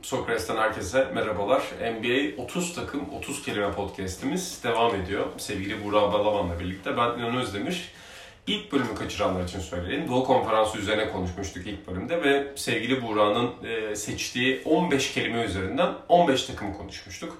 Sokrates'ten herkese merhabalar. NBA 30 takım 30 kelime podcast'imiz devam ediyor. Sevgili Burak Balaban'la birlikte ben İnan Özdemir. İlk bölümü kaçıranlar için söyleyeyim. Doğu Konferansı üzerine konuşmuştuk ilk bölümde ve sevgili Burak'ın seçtiği 15 kelime üzerinden 15 takımı konuşmuştuk.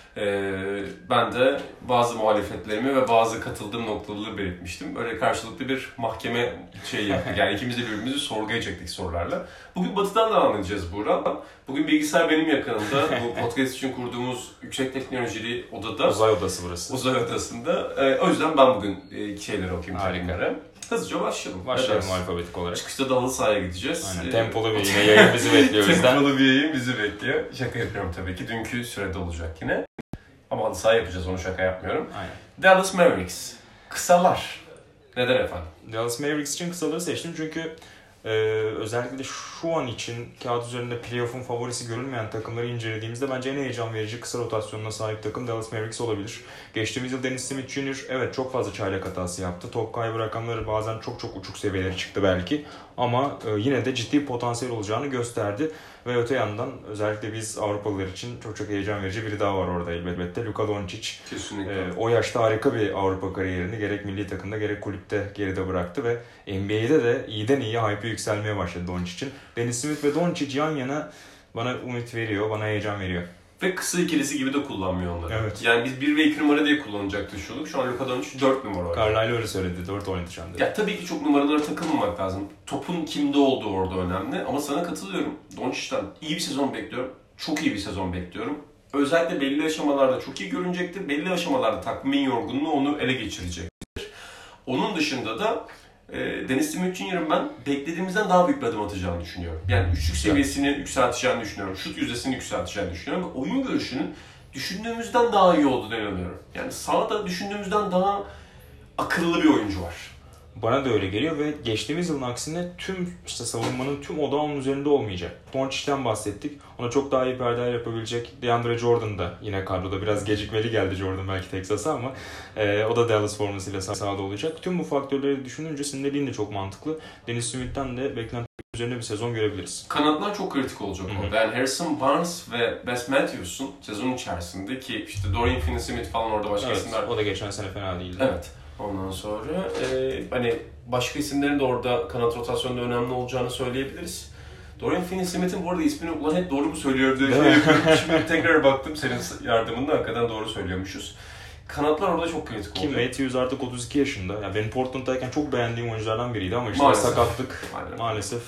Ben de bazı muhalefetlerimi ve bazı katıldığım noktaları belirtmiştim. Öyle karşılıklı bir mahkeme yaptık. Yani ikimiz de birbirimizi sorguya çektik sorularla. Bugün Batı'dan devam edeceğiz Burak. Bugün bilgisayar benim yakınımda. Bu podcast için kurduğumuz yüksek teknolojili odada. Uzay odası burası. Uzay odasında. O yüzden ben bugün şeyleri okuyayım tekrar. Hızlıca başlayalım. Başlayalım alfabetik olarak. Çıkışta da halı sahaya gideceğiz. Aynen. Tempolu bir yine yayın bizi bekliyor. Tempolu bir yayın bizi bekliyor. Şaka yapıyorum tabii ki. Dünkü sürede olacak yine. Ama halı saha yapacağız, onu şaka yapmıyorum. Aynen. Dallas Mavericks. Kısalar. Neden efendim? Dallas Mavericks için kısaları seçtim çünkü özellikle de şu an için kağıt üzerinde playoff'un favorisi görülmeyen takımları incelediğimizde bence en heyecan verici kısa rotasyonuna sahip takım Dallas Mavericks olabilir. Geçtiğimiz yıl Dennis Smith Jr. evet çok fazla çaylak hatası yaptı. Top kaybı rakamları bazen çok uçuk seviyelere çıktı belki. Ama yine de ciddi potansiyel olacağını gösterdi. Ve öte yandan özellikle biz Avrupalılar için çok heyecan verici biri daha var orada elbette. Luka Doncic. Kesinlikle. O yaşta harika bir Avrupa kariyerini gerek milli takımda gerek kulüpte geride bıraktı ve NBA'de de iyiden iyi hype'ı yükselmeye başladı Doncic'in. Dennis Smith ve Doncic yan yana bana umut veriyor, bana heyecan veriyor. Ve kısa ikilisi gibi de kullanmıyor onları. Evet. Yani biz 1 ve 2 numara diye kullanacak düşünüyorduk. Şu an Luka Doncic 4 numara. Carlisle öyle söyledi, 4 oynadı şu anda. Ya tabii ki çok numaralara takılmamak lazım. Topun kimde olduğu orada önemli. Ama sana katılıyorum. Doncic'ten iyi bir sezon bekliyorum. Çok iyi bir sezon bekliyorum. Özellikle belli aşamalarda çok iyi görünecektir. Belli aşamalarda takvimin yorgunluğu onu ele geçirecektir. Onun dışında da Dennis Smith Jr.'ın ben beklediğimizden daha büyük bir adım atacağını düşünüyorum. Yani üçlük seviyesini yükselteceğini düşünüyorum. Şut yüzdesini yükselteceğini düşünüyorum. Ve oyun görüşünün düşündüğümüzden daha iyi olduğunu inanıyorum. Yani sahada düşündüğümüzden daha akıllı bir oyuncu var. Bana da öyle geliyor ve geçtiğimiz yılın aksine tüm savunmanın tüm odağı onun üzerinde olmayacak. Doncic'ten bahsettik. Ona çok daha iyi perdeler yapabilecek DeAndre Jordan da yine kadroda. Biraz gecikmeli geldi Jordan belki Texas'a ama o da Dallas formasıyla sahada olacak. Tüm bu faktörleri düşününce senin dediğin de çok mantıklı. Dennis Smith'ten de beklenti üzerine bir sezon görebiliriz. Kanatlar çok kritik olacak orada. Yani Harrison Barnes ve Wes Matthews'un sezon içerisinde ki işte Dorian Finney-Smith falan orada başka isimler. O da geçen sene fena değildi. Evet. Ondan sonra hani başka isimlerin de orada kanat rotasyonunda önemli olacağını söyleyebiliriz. Dorian Finney-Smith'in bu arada ismini ulan hep doğru mu söylüyor diye şimdi tekrar baktım senin yardımınla hakikaten doğru söylüyormuşuz. Kanatlar orada çok kritik olacak. Kim Matthews artık 32 yaşında. Yani benim Portland'dayken çok beğendiğim oyunculardan biriydi ama işte maalesef. sakatlık Aynen. maalesef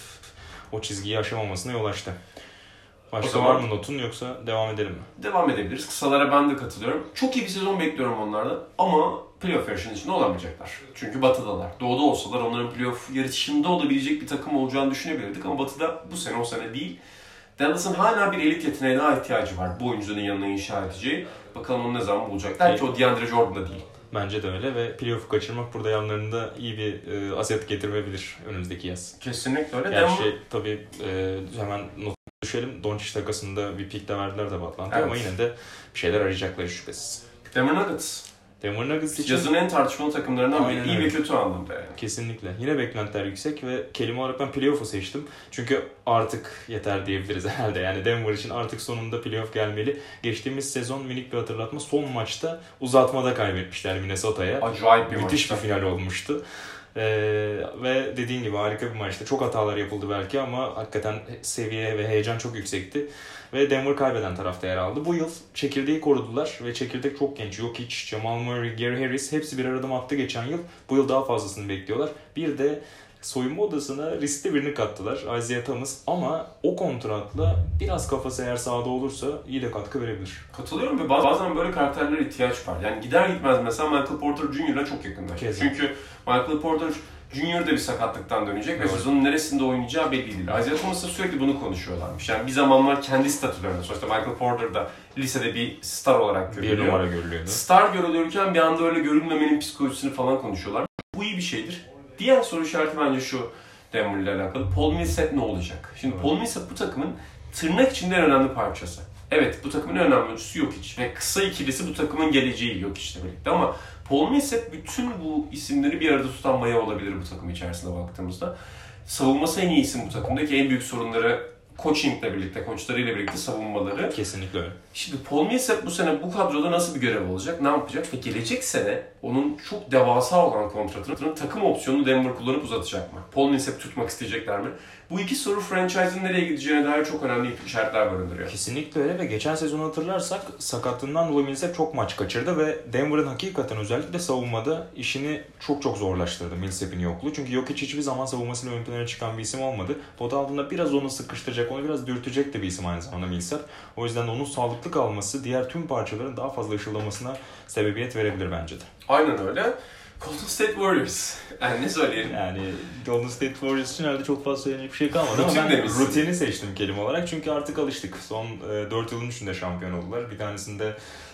o çizgiyi aşamamasına yol açtı. Başka var mı notun yoksa devam edelim mi? Devam edebiliriz. Kısalara ben de katılıyorum. Çok iyi bir sezon bekliyorum onlardan ama playoff yarışının içinde olamayacaklar. Çünkü Batı'dalar. Doğu'da olsalar onların playoff yarışında olabilecek bir takım olacağını düşünebilirdik ama Batı'da bu sene o sene değil. Dallas'ın hala bir elit yeteneğe daha ihtiyacı var bu oyuncunun yanına inşa edeceği. Bakalım onu ne zaman bulacaklar ki o DeAndre Jordan'da değil. Bence de öyle ve playoff'u kaçırmak burada yanlarında iyi bir aset getirmeyebilir önümüzdeki yaz. Kesinlikle öyle. Gerçi tabii hemen not düşelim. Doncic takasında bir pick de verdiler de Atlanta'ya ama yine de bir şeyler arayacaklar şüphesiz. Denver Nuggets. Denver Nuggets için yazın en tartışmalı takımlarından biri, iyi ve kötü anlamda yani. Kesinlikle. Yine beklentiler yüksek ve kelime olarak ben playoff'u seçtim. Çünkü artık yeter diyebiliriz herhalde. Yani Denver için artık sonunda playoff gelmeli. Geçtiğimiz sezon minik bir hatırlatma. Son maçta uzatmada kaybetmişler Minnesota'ya. Acayip bir müthiş maçta. Bir final olmuştu. Ve dediğin gibi harika bir maçta. Çok hatalar yapıldı belki ama hakikaten seviye ve heyecan çok yüksekti. Ve Denver kaybeden tarafta yer aldı. Bu yıl çekirdeği korudular ve çekirdek çok genç. Jokic, Jamal Murray, Gary Harris hepsi birer adım attı geçen yıl. Bu yıl daha fazlasını bekliyorlar. Bir de soyunma odasına riskli birini kattılar. Isaiah Thomas ama o kontratla biraz kafası eğer sahada olursa iyi de katkı verebilir. Katılıyorum ve bazen böyle karakterlere ihtiyaç var. Yani gider gitmez mesela Michael Porter Jr.'la çok yakınlar. Çünkü Michael Porter Junior da bir sakatlıktan dönecek ve sezonun neresinde oynayacağı belli değil. Isaiah Thomas'la sürekli bunu konuşuyorlarmış. Yani bir zamanlar kendi statülerinde. Sonuçta Michael Porter da lisede bir star olarak görülüyor. Bir numara görülüyordu. Star görülürken bir anda öyle görünmemenin psikolojisini falan konuşuyorlar. Bu iyi bir şeydir. Diğer soru işareti bence şu Denver ile alakalı. Paul Millsap ne olacak? Şimdi Paul Millsap bu takımın tırnak içinde en önemli parçası. Evet bu takımın en önemli oyuncusu Jokic ve kısa ikilisi bu takımın geleceği Jokic'le birlikte ama Paul Millsap bütün bu isimleri bir arada tutan maya olabilir bu takım içerisinde baktığımızda. Savunması en iyi isim bu takımdaki en büyük sorunları coachingle birlikte, koçlarıyla birlikte savunmaları. Kesinlikle öyle. Şimdi Paul Millsap bu sene bu kadroda nasıl bir görev olacak, ne yapacak ve gelecek sene onun çok devasa olan kontratının takım opsiyonunu Denver kullanıp uzatacak mı? Paul Millsap'ı tutmak isteyecekler mi? Bu iki soru franchise'ın nereye gideceğine dair çok önemli işaretler barındırıyor. Kesinlikle öyle ve geçen sezonu hatırlarsak sakatlığından dolayı Millsap çok maç kaçırdı ve Denver'ın hakikaten özellikle savunmada işini çok zorlaştırdı Millsap'in yokluğu. Çünkü Jokic hiçbir zaman savunmasıyla ön plana çıkan bir isim olmadı. Pot altında biraz onu sıkıştıracak, onu biraz dürtecek de bir isim aynı zamanda Millsap. O yüzden onun sağlıklı kalması diğer tüm parçaların daha fazla ışıldamasına sebebiyet verebilir bence de. Aynen öyle. Golden State Warriors. Yani ne söyleyelim? Yani Golden State Warriors için herhalde çok fazla söyleyecek bir şey kalmadı Rutin ama ben demişsin. rutini seçtim kelime olarak çünkü artık alıştık. Son 4 yılın içinde şampiyon oldular. Bir tanesinde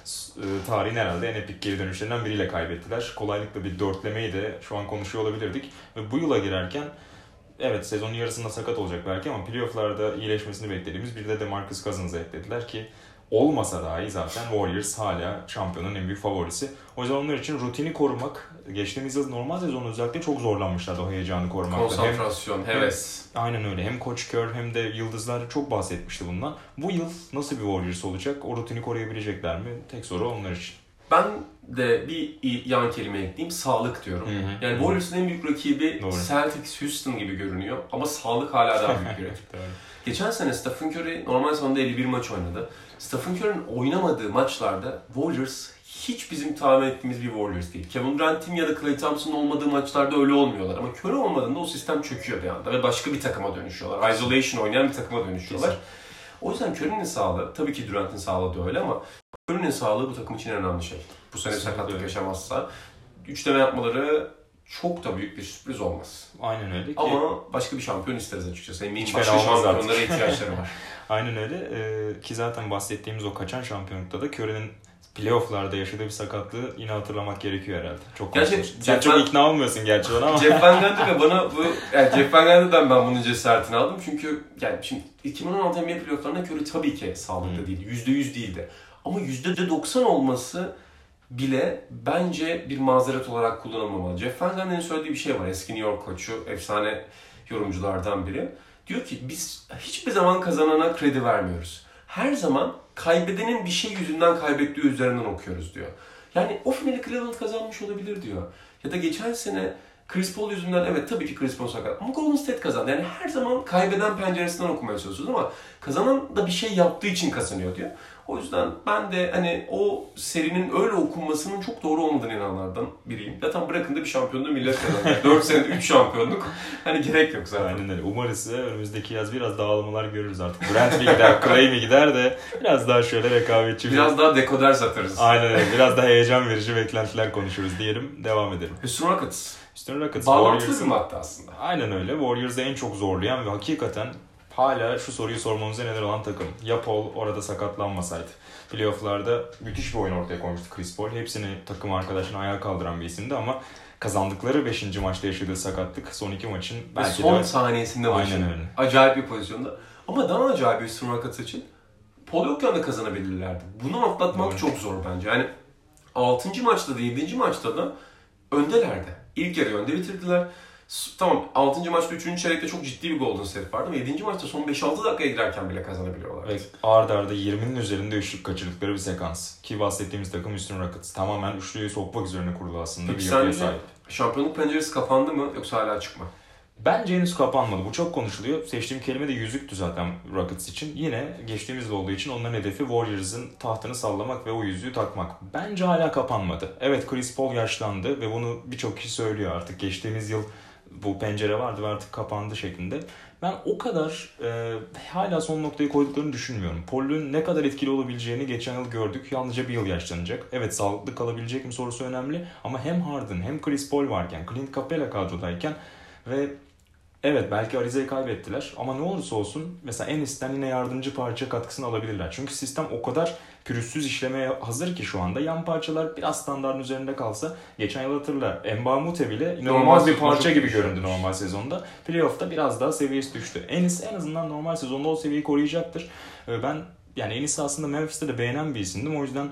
tarihin herhalde en epik geri dönüşlerinden biriyle kaybettiler. Kolaylıkla bir dörtlemeyi de şu an konuşuyor olabilirdik. Ve bu yıla girerken evet sezonun yarısında sakat olacak belki ama playoff'larda iyileşmesini beklediğimiz bir de DeMarcus Cousins'ı eklediler ki olmasa dahi zaten Warriors hala şampiyonun en büyük favorisi. O yüzden onlar için rutini korumak, geçtiğimiz yıl normal sezonda özellikle çok zorlanmışlardı o heyecanı korumakta. Konsantrasyon, heves. Aynen öyle. Hem Coach Kerr hem de yıldızlar çok bahsetmişti bundan. Bu yıl nasıl bir Warriors olacak? O rutini koruyabilecekler mi? Tek soru onlar için. Ben de bir yan kelime ekleyeyim. Sağlık diyorum. Hı-hı. Yani Warriors'ın en büyük rakibi Doğru. Celtics Houston gibi görünüyor. Ama sağlık hala daha büyük bir rakip. Geçen sene Stephen Curry normal sezonda 51 maç oynadı. Stephen Curry'nin oynamadığı maçlarda Warriors hiç bizim tahmin ettiğimiz bir Warriors değil. Kevin Durant'in ya da Klay Thompson'ın olmadığı maçlarda öyle olmuyorlar. Ama Curry olmadığında o sistem çöküyor bir anda ve başka bir takıma dönüşüyorlar. Isolation oynayan bir takıma dönüşüyorlar. Kesin. O yüzden Curry'nin sağlığı, tabii ki Durant'in sağlığı da öyle ama Curry'nin sağlığı bu takım için en önemli şey. Bu sene sakatlık yaşamazsa üçleme yapmaları çok da büyük bir sürpriz olmaz. Aynen öyle ki. Ama başka bir şampiyon isteriz açıkçası. Eminim başka şampiyonlara ihtiyaçları var. Aynen öyle ki zaten bahsettiğimiz o kaçan şampiyonlukta da Curry'nin playoff'larda yaşadığı bir sakatlığı yine hatırlamak gerekiyor herhalde. Çok sen çok ikna olmuyorsun gerçi bana ama. Jeff Van Gundy bana bu Jeff Van Gundy'den ben bunun cesaretini aldım. Çünkü yani şimdi 2016 NBA playoff'larında Curry tabii ki sağlıklı değildi. %100 değildi. Ama %90 olması bile bence bir mazeret olarak kullanılmamalı. Jeff Van Gundy'nin söylediği bir şey var. Eski New York koçu, efsane yorumculardan biri. Diyor ki biz hiçbir zaman kazanana kredi vermiyoruz. Her zaman kaybedenin bir şey yüzünden kaybettiği üzerinden okuyoruz diyor. Yani o finali Cleveland kazanmış olabilir diyor. Ya da geçen sene Chris Paul yüzünden evet tabii ki Chris Paul sakat ama Golden State kazandı. Yani her zaman kaybeden penceresinden okumaya çalışıyoruz ama kazanan da bir şey yaptığı için kazanıyor diyor. O yüzden ben de hani o serinin öyle okunmasının çok doğru olmadığını inananlardan biriyim. Zaten bırakın da bir şampiyonluğu millet kazandı. 4 senede 3 şampiyonluk. Hani gerek yok zaten. Aynen öyle. Umarız önümüzdeki yaz biraz dağılmalar görürüz artık. Brent mi gider, Clay mi gider de biraz daha şöyle rekabetçi. Biraz daha dekoder satarız. Aynen öyle. Biraz daha heyecan verici beklentiler konuşuruz diyelim. Devam edelim. Houston Rockets. Houston Rockets. Bağlantılı bir madde aslında. Aynen öyle. Warriors'ı en çok zorlayan ve hakikaten hala şu soruyu sormamıza neden olan takım. Ya Paul orada sakatlanmasaydı. Playoff'larda müthiş bir oyun ortaya koymuştu Chris Paul. Hepsini takım arkadaşına ayağa kaldıran bir isimdi ama kazandıkları 5. maçta yaşadığı sakatlık son 2 maçın belki son saniyesinde başladı. Aynen öyle. Acayip bir pozisyonda. Ama daha acayip bir Houston Rockets için Paul yokken de kazanabilirlerdi. Bunu atlatmak evet. Çok zor bence. Yani 6. maçta da 7. maçta da öndelerdi. İlk yarı önde bitirdiler. Tamam 6. maçta 3. çeyrekte çok ciddi bir Golden State vardı ama 7. maçta son 5-6 dakikaya girerken bile kazanabiliyorlar. Evet, ard arda 20'nin üzerinde üçlük kaçırdıkları bir sekans. Ki bahsettiğimiz takım Houston Rockets. Tamamen üçlüyü sokmak üzerine kurulu aslında. Peki sence şampiyonluk penceresi kapandı mı yoksa hala açık mı? Bence henüz kapanmadı. Bu çok konuşuluyor. Seçtiğim kelime de yüzüktü zaten Rockets için. Yine geçtiğimiz yıl olduğu için onların hedefi Warriors'ın tahtını sallamak ve o yüzüğü takmak. Bence hala kapanmadı. Evet Chris Paul yaşlandı ve bunu birçok kişi söylüyor artık. Geçtiğimiz yıl bu pencere vardı ve artık kapandı şeklinde. Ben o kadar hala son noktayı koyduklarını düşünmüyorum. Paul'un ne kadar etkili olabileceğini geçen yıl gördük. Yalnızca bir yıl yaşlanacak. Evet sağlıklı kalabilecek mi sorusu önemli. Ama hem Harden hem Chris Paul varken, Clint Capela kadrodayken ve evet belki Ariza'yı kaybettiler ama ne olursa olsun mesela Enis'ten yine yardımcı parça katkısını alabilirler. Çünkü sistem o kadar pürüzsüz işlemeye hazır ki şu anda yan parçalar biraz standartın üzerinde kalsa geçen yıl hatırla Mbamute bile inanılmaz bir parça gibi göründü normal sezonda. Playoff'ta biraz daha seviyesi düştü. Enis en azından normal sezonda o seviyeyi koruyacaktır. Ben yani Enis'i aslında Memphis'te de beğenen bir isimdim. O yüzden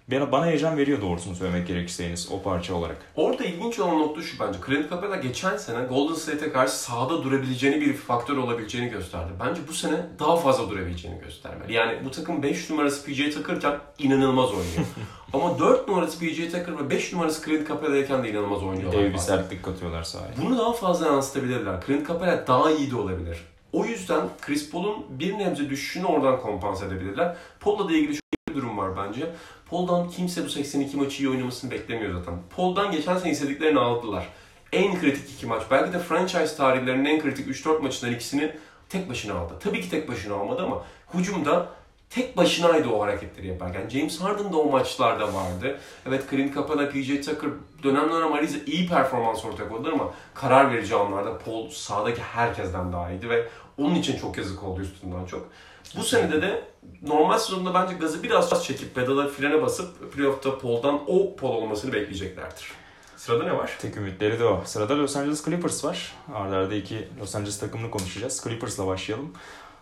bana heyecan veriyor doğrusunu söylemek gerekirse o parça olarak. Orada ilginç olan nokta şu bence. Clint Capela geçen sene Golden State'e karşı sahada durabileceğini, bir faktör olabileceğini gösterdi. Bence bu sene daha fazla durabileceğini göstermeli. Yani bu takım 5 numarası PJ Tucker'ken inanılmaz oynuyor. Ama 4 numarası PJ Tucker ve 5 numarası Clint Capela'yken de inanılmaz oynuyorlar. Dev bir sertlik katıyorlar sahaya. Bunu daha fazla yansıtabilirler. Clint Capela daha iyi de olabilir. O yüzden Chris Paul'un bir nebze düşüşünü oradan kompanse edebilirler. Paul'la da ilgili şöyle bir durum var bence. Paul'dan kimse bu 82 maçı iyi oynamasını beklemiyor zaten. Paul'dan geçen sene istediklerini aldılar. En kritik 2 maç, belki de franchise tarihlerinin en kritik 3-4 maçından ikisini tek başına aldı. Tabii ki tek başına almadı ama hücumda tek başınaydı o hareketleri yaparken. James Harden da o maçlarda vardı. Evet, Clint Capela, PJ Tucker dönem Ariza iyi performans ortaya koydular ama karar verici anlarda Paul sahadaki herkesten daha iyiydi ve onun için çok yazık oldu üstünden çok. Bu senede de normal sezonda bence gazı biraz çekip pedala frene basıp playoff'ta Paul'dan o Paul olmasını bekleyeceklerdir. Sırada ne var? Tek ümitleri de o. Sırada Los Angeles Clippers var. Arda iki Los Angeles takımını konuşacağız. Clippers'la başlayalım.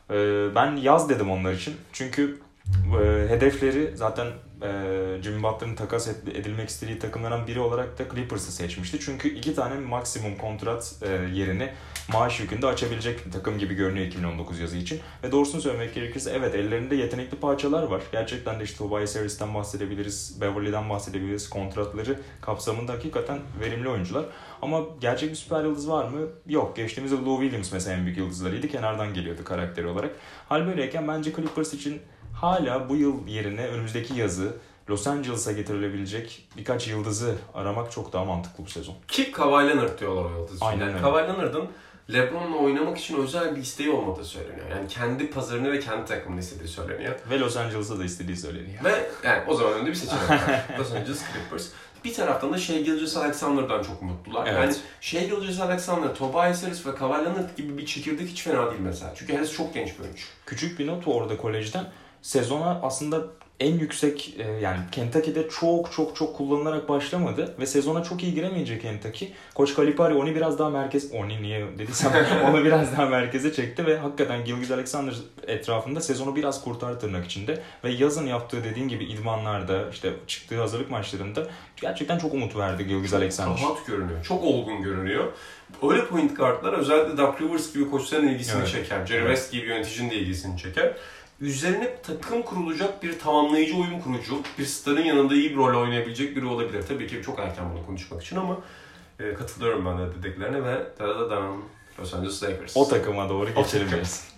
Ben yaz dedim onlar için. Çünkü hedefleri zaten Jimmy Butler'ın takas edilmek istediği takımlardan biri olarak da Clippers'ı seçmişti. Çünkü 2 tane maksimum kontrat yerini maaş yükünde açabilecek bir takım gibi görünüyor 2019 yazı için. Ve doğrusunu söylemek gerekirse evet, ellerinde yetenekli parçalar var. Gerçekten de işte Tobias Harris'ten bahsedebiliriz, Beverly'den bahsedebiliriz. Kontratları kapsamında hakikaten verimli oyuncular. Ama gerçek bir süper yıldız var mı? Yok. Geçtiğimiz yıl Lou Williams mesela en büyük yıldızlarıydı. Kenardan geliyordu karakteri olarak. Hal böyleyken bence Clippers için hala bu yıl yerine önümüzdeki yazı Los Angeles'a getirilebilecek birkaç yıldızı aramak çok daha mantıklı bu sezon. Ki Kawhi Leonard diyorlar o yıldız için. Aynen öyle. Kawhi Leonard'ın LeBron'la oynamak için özel bir isteği olmadığı söyleniyor. Yani kendi pazarını ve kendi takımını istediği söyleniyor. Ve Los Angeles'a da istediği söyleniyor. Ve yani o zaman önünde bir seçenek var. Los Angeles Clippers. Bir taraftan da Shai Gilgeous-Alexander'dan çok mutlular. Evet. Yani Shai Gilgeous-Alexander, Tobias Harris ve Kawhi Leonard gibi bir çekirdek hiç fena değil mesela. Çünkü Harris çok genç bir oyuncu. Küçük bir not orada kolejden. Sezona aslında en yüksek yani Kentucky'de çok kullanılarak başlamadı ve sezona çok iyi giremeyecek Kentucky. Koç Calipari onu biraz daha onu biraz daha merkeze çekti ve hakikaten Gilgeous-Alexander etrafında sezonu biraz kurtar tırnak içinde ve yazın yaptığı dediğin gibi idmanlarda işte çıktığı hazırlık maçlarında gerçekten çok umut verdi Gilgeous-Alexander. Çok rahat görünüyor, çok olgun görünüyor. Öyle point guardlar özellikle Doc Rivers gibi koçların ilgisini çeker. Jerry West gibi yöneticinin de ilgisini çeker. Üzerine takım kurulacak bir tamamlayıcı oyun kurucu, bir starın yanında iyi bir rol oynayabilecek biri olabilir. Tabii ki çok erken bunu konuşmak için ama katılıyorum ben de dediklerine ve Los Angeles Lakers. O takıma doğru geçelim biz.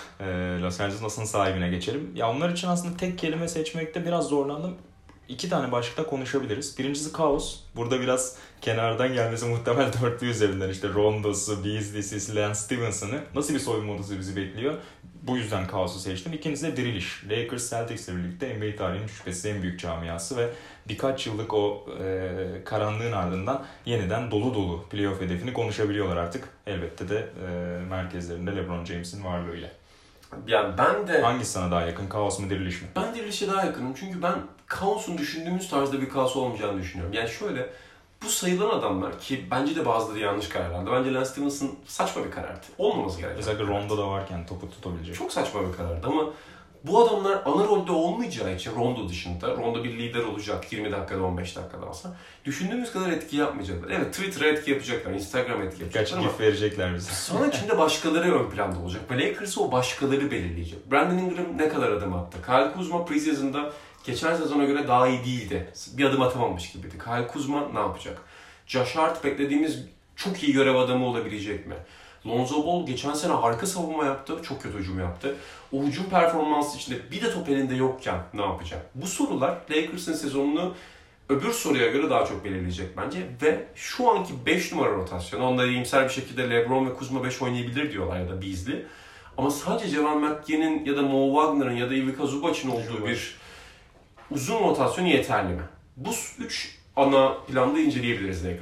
Los Angeles'ın sahibine geçelim. Ya onlar için aslında tek kelime seçmekte biraz zorlandım. 2 tane başlıkta konuşabiliriz. Birincisi kaos. Burada biraz kenardan gelmesi muhtemel dörtlü üzerinden işte Rondo'su, Beasley'si, Lance Stevenson'ı nasıl bir soyunma odası bizi bekliyor. Bu yüzden kaosu seçtim. İkincisi de diriliş. Lakers Celtics'le birlikte NBA tarihinin şüphesiz en büyük camiası ve birkaç yıllık o karanlığın ardından yeniden dolu playoff hedefini konuşabiliyorlar artık. Elbette de merkezlerinde LeBron James'in varlığıyla. Yani ben de... Hangisi sana daha yakın? Kaos mu, diriliş mi? Ben dirilişe daha yakınım. Çünkü ben kaosun düşündüğümüz tarzda bir kaos olmayacağını düşünüyorum. Yani şöyle, bu sayılan adamlar ki bence de bazıları yanlış karar aldı. Bence Lance Stevenson saçma bir karardı. Olmaması gereken. Özellikle Rondo da varken topu tutabilecek. Çok saçma bir karardı ama bu adamlar ana rolde olmayacağı için Rondo dışında, Rondo bir lider olacak 20 dakikada 15 dakikada olsa düşündüğümüz kadar etki yapmayacaklar. Evet, Twitter'a etki yapacaklar, Instagram'a etki yapacaklar ama gif verecekler bize. sonra içinde başkaları ön planda olacak. Ve Lakers'ı o başkaları belirleyecek. Brandon Ingram ne kadar adım attı? Kyle Kuzma preseason'da geçen sezona göre daha iyi değildi. Bir adım atamamış gibiydi. Kyle Kuzma ne yapacak? Josh Hart beklediğimiz çok iyi görev adamı olabilecek mi? Lonzo Ball geçen sene harika savunma yaptı, çok kötü hücum yaptı. O hücum performansı içinde bir de top elinde yokken ne yapacak? Bu sorular Lakers'ın sezonunu öbür soruya göre daha çok belirleyecek bence. Ve şu anki 5 numara rotasyonu, onda iyimser bir şekilde LeBron ve Kuzma 5 oynayabilir diyorlar ya da Beasley. Ama sadece Jamal McGee'nin ya da Mo Wagner'ın ya da Ivica Zubac'ın olduğu bir uzun rotasyon yeterli mi? Bu 3 ana planda inceleyebiliriz Lakers'ı.